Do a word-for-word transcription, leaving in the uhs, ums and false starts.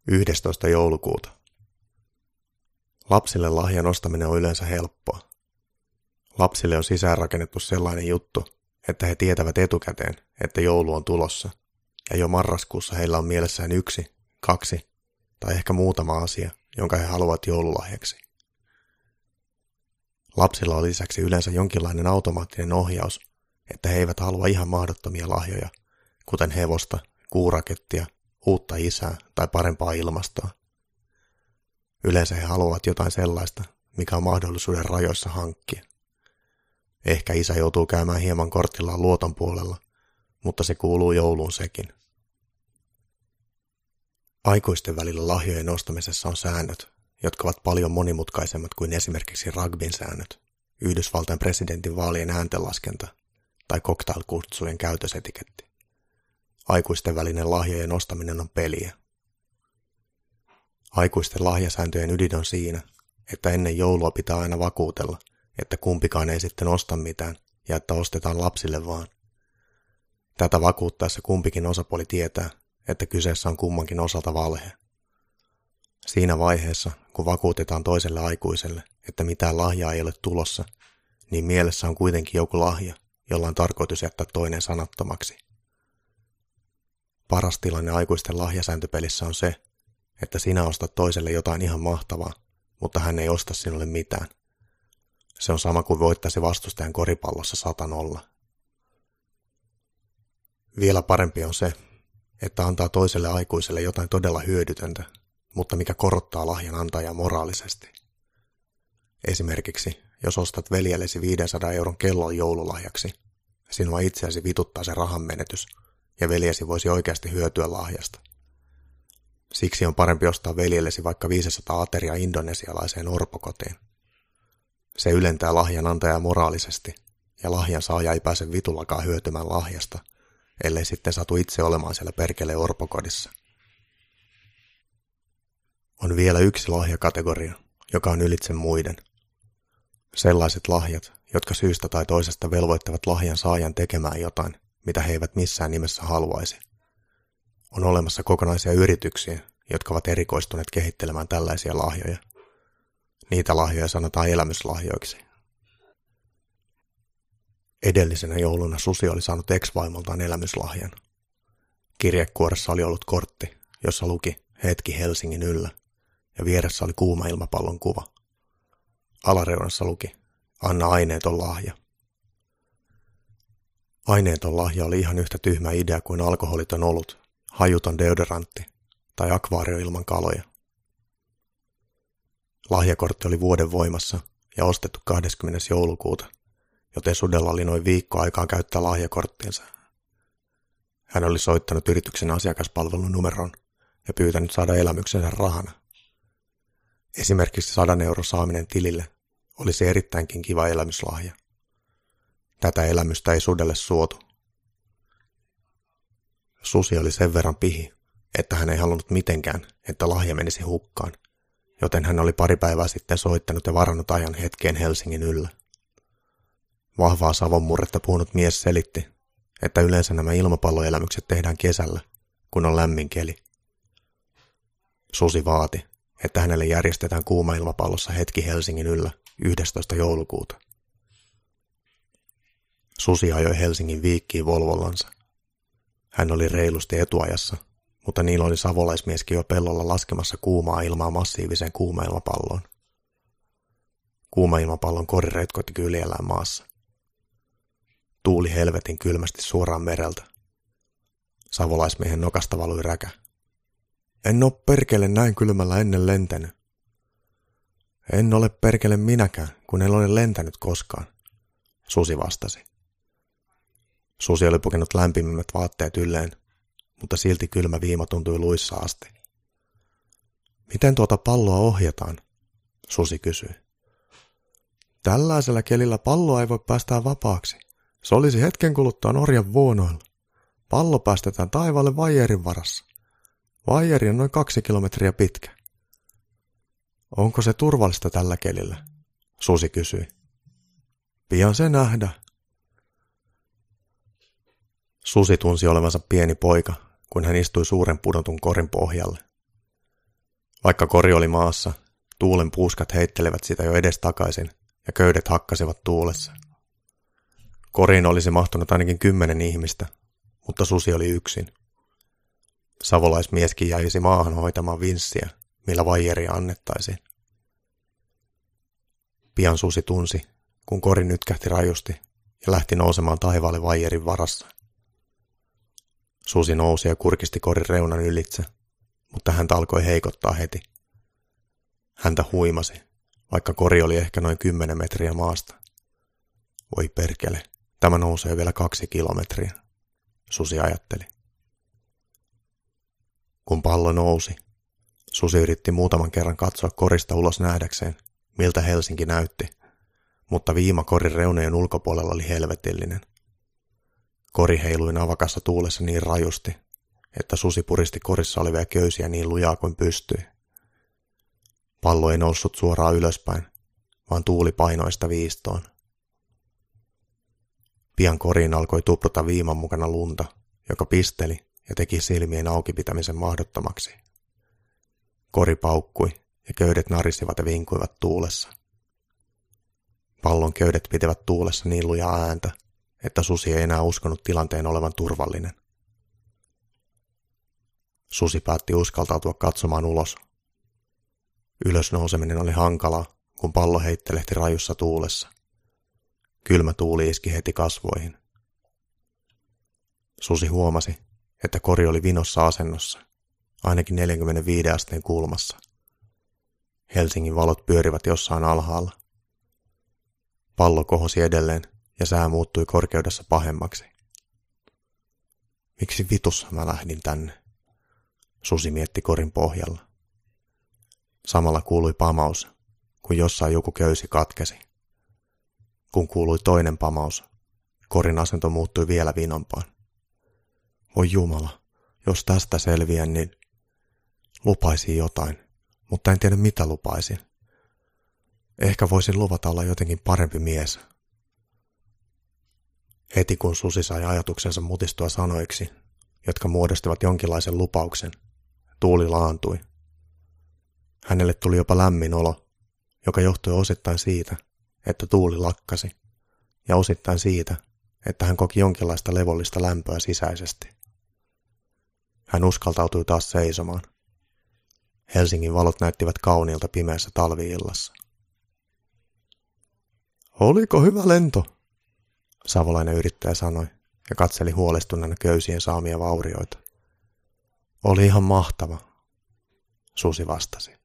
yhdestoista joulukuuta. Lapsille lahjan ostaminen on yleensä helppoa. Lapsille on sisäänrakennettu sellainen juttu, että he tietävät etukäteen, että joulu on tulossa, ja jo marraskuussa heillä on mielessään yksi, kaksi tai ehkä muutama asia, jonka he haluavat joululahjaksi. Lapsilla on lisäksi yleensä jonkinlainen automaattinen ohjaus, että he eivät halua ihan mahdottomia lahjoja, kuten hevosta, kuurakettia, uutta isää tai parempaa ilmastoa. Yleensä he haluavat jotain sellaista, mikä on mahdollisuuden rajoissa hankkia. Ehkä isä joutuu käymään hieman kortillaan luoton puolella, mutta se kuuluu jouluun sekin. Aikuisten välillä lahjojen ostamisessa on säännöt, jotka ovat paljon monimutkaisemmat kuin esimerkiksi rugbyn säännöt, Yhdysvaltain presidentin vaalien ääntenlaskenta tai cocktailkutsujen käytösetiketti. Aikuisten välinen lahjojen ostaminen on peliä. Aikuisten lahjasääntöjen ydin on siinä, että ennen joulua pitää aina vakuutella, että kumpikaan ei sitten osta mitään ja että ostetaan lapsille vaan. Tätä vakuuttaessa kumpikin osapuoli tietää, että kyseessä on kummankin osalta valhe. Siinä vaiheessa, kun vakuutetaan toiselle aikuiselle, että mitään lahjaa ei ole tulossa, niin mielessä on kuitenkin joku lahja, jolla on tarkoitus jättää toinen sanattomaksi. Paras tilanne aikuisten lahjasääntöpelissä on se, että sinä ostat toiselle jotain ihan mahtavaa, mutta hän ei osta sinulle mitään. Se on sama kuin voittaisi vastustajan koripallossa sata nolla. Vielä parempi on se, että antaa toiselle aikuiselle jotain todella hyödytöntä, mutta mikä korottaa lahjan antajaa moraalisesti. Esimerkiksi, jos ostat veljellesi viisisataa euron kellon joululahjaksi, sinua itseäsi vituttaa se rahan menetys, ja veljesi voisi oikeasti hyötyä lahjasta. Siksi on parempi ostaa veljellesi vaikka viisisataa ateria indonesialaiseen orpokotiin. Se ylentää lahjan antajaa moraalisesti, ja lahjan saaja ei pääse vitullakaan hyötymään lahjasta, ellei sitten satu itse olemaan siellä perkele orpokodissa. On vielä yksi lahjakategoria, joka on ylitse muiden. Sellaiset lahjat, jotka syystä tai toisesta velvoittavat lahjan saajan tekemään jotain, mitä he eivät missään nimessä haluaisi. On olemassa kokonaisia yrityksiä, jotka ovat erikoistuneet kehittelemään tällaisia lahjoja. Niitä lahjoja sanotaan elämyslahjoiksi. Edellisenä jouluna Susi oli saanut ex-vaimoltaan elämyslahjan. Kirjekuoressa oli ollut kortti, jossa luki hetki Helsingin yllä, ja vieressä oli kuuma ilmapallon kuva. Alareunassa luki anna aineeton lahja. Aineeton lahja oli ihan yhtä tyhmä idea kuin alkoholiton olut, hajuton deodorantti tai akvaario ilman kaloja. Lahjakortti oli vuoden voimassa ja ostettu kahdeskymmenes joulukuuta, joten Sudella oli noin viikko aikaan käyttää lahjakorttinsa. Hän oli soittanut yrityksen asiakaspalvelun numeron ja pyytänyt saada elämyksensä rahana. Esimerkiksi sadan euron saaminen tilille olisi erittäinkin kiva elämyslahja. Tätä elämystä ei Sudelle suotu. Susi oli sen verran pihi, että hän ei halunnut mitenkään, että lahja menisi hukkaan, joten hän oli pari päivää sitten soittanut ja varannut ajan hetkeen Helsingin yllä. Vahvaa savonmurretta puhunut mies selitti, että yleensä nämä ilmapalloelämykset tehdään kesällä, kun on lämmin keli. Susi vaati, että hänelle järjestetään kuuma ilmapallossa hetki Helsingin yllä yhdestoista joulukuuta. Susi ajoi Helsingin Viikkiin Volvollansa. Hän oli reilusti etuajassa, mutta niillä oli savolaismieskin jo pellolla laskemassa kuumaa ilmaa massiiviseen kuumailmapalloon. Kuumailmapallon kori retkotti kyljellään maassa. Tuuli helvetin kylmästi suoraan mereltä. Savolaismiehen nokasta valui räkä. En oo perkele näin kylmällä ennen lentänyt. En ole perkele minäkään, kun en ole lentänyt koskaan, Susi vastasi. Susi oli pukenut lämpimimmät vaatteet ylleen, mutta silti kylmä viima tuntui luissa asti. Miten tuota palloa ohjataan? Susi kysyi. Tällaisella kelillä palloa ei voi päästää vapaaksi. Se olisi hetken kuluttua Norjan vuonoilla. Pallo päästetään taivaalle vaijerin varassa. Vaijeri on noin kaksi kilometriä pitkä. Onko se turvallista tällä kelillä? Susi kysyi. Pian se nähdä. Susi tunsi olevansa pieni poika, kun hän istui suuren pudotun korin pohjalle. Vaikka kori oli maassa, tuulen puuskat heittelevät sitä jo edestakaisin ja köydet hakkasivat tuulessa. Koriin olisi mahtunut ainakin kymmenen ihmistä, mutta susi oli yksin. Savolaismieskin jäisi maahan hoitamaan vinssiä, millä vaijeria annettaisiin. Pian susi tunsi, kun kori nytkähti rajusti ja lähti nousemaan taivaalle vaijerin varassa. Susi nousi ja kurkisti korin reunan ylitse, mutta häntä alkoi heikottaa heti. Häntä huimasi, vaikka kori oli ehkä noin kymmenen metriä maasta. Voi perkele, tämä nousee vielä kaksi kilometriä, susi ajatteli. Kun pallo nousi, susi yritti muutaman kerran katsoa korista ulos nähdäkseen, miltä Helsinki näytti, mutta viima korin reunojen ulkopuolella oli helvetillinen. Kori heilui navakassa tuulessa niin rajusti, että susi puristi korissa olevia köysiä niin lujaa kuin pystyi. Pallo ei noussut suoraan ylöspäin, vaan tuuli painoi sitä viistoon. Pian koriin alkoi tupruta viiman mukana lunta, joka pisteli ja teki silmien auki pitämisen mahdottomaksi. Kori paukkui ja köydet narisivat ja vinkuivat tuulessa. Pallon köydet pitivät tuulessa niin lujaa ääntä, että susi ei enää uskonut tilanteen olevan turvallinen. Susi päätti uskaltautua katsomaan ulos. Ylös nouseminen oli hankalaa, kun pallo heittelehti rajussa tuulessa. Kylmä tuuli iski heti kasvoihin. Susi huomasi, että kori oli vinossa asennossa, ainakin neljänkymmenenviiden asteen kulmassa. Helsingin valot pyörivät jossain alhaalla. Pallo kohosi edelleen ja sää muuttui korkeudessa pahemmaksi. Miksi vitussa mä lähdin tänne? Susi mietti korin pohjalla. Samalla kuului pamaus, kun jossain joku köysi katkesi. Kun kuului toinen pamaus, korin asento muuttui vielä vinompaan. Voi Jumala, jos tästä selviän, niin lupaisin jotain, mutta en tiedä mitä lupaisin. Ehkä voisin luvata olla jotenkin parempi mies. Heti kun susi sai ajatuksensa mutistua sanoiksi, jotka muodostivat jonkinlaisen lupauksen, tuuli laantui. Hänelle tuli jopa lämmin olo, joka johtui osittain siitä, että tuuli lakkasi, ja osittain siitä, että hän koki jonkinlaista levollista lämpöä sisäisesti. Hän uskaltautui taas seisomaan. Helsingin valot näyttivät kauniilta pimeässä talvi-illassa. Oliko hyvä lento? Savolainen yrittäjä sanoi ja katseli huolestuneena köysien saamia vaurioita. Oli ihan mahtava, susi vastasi.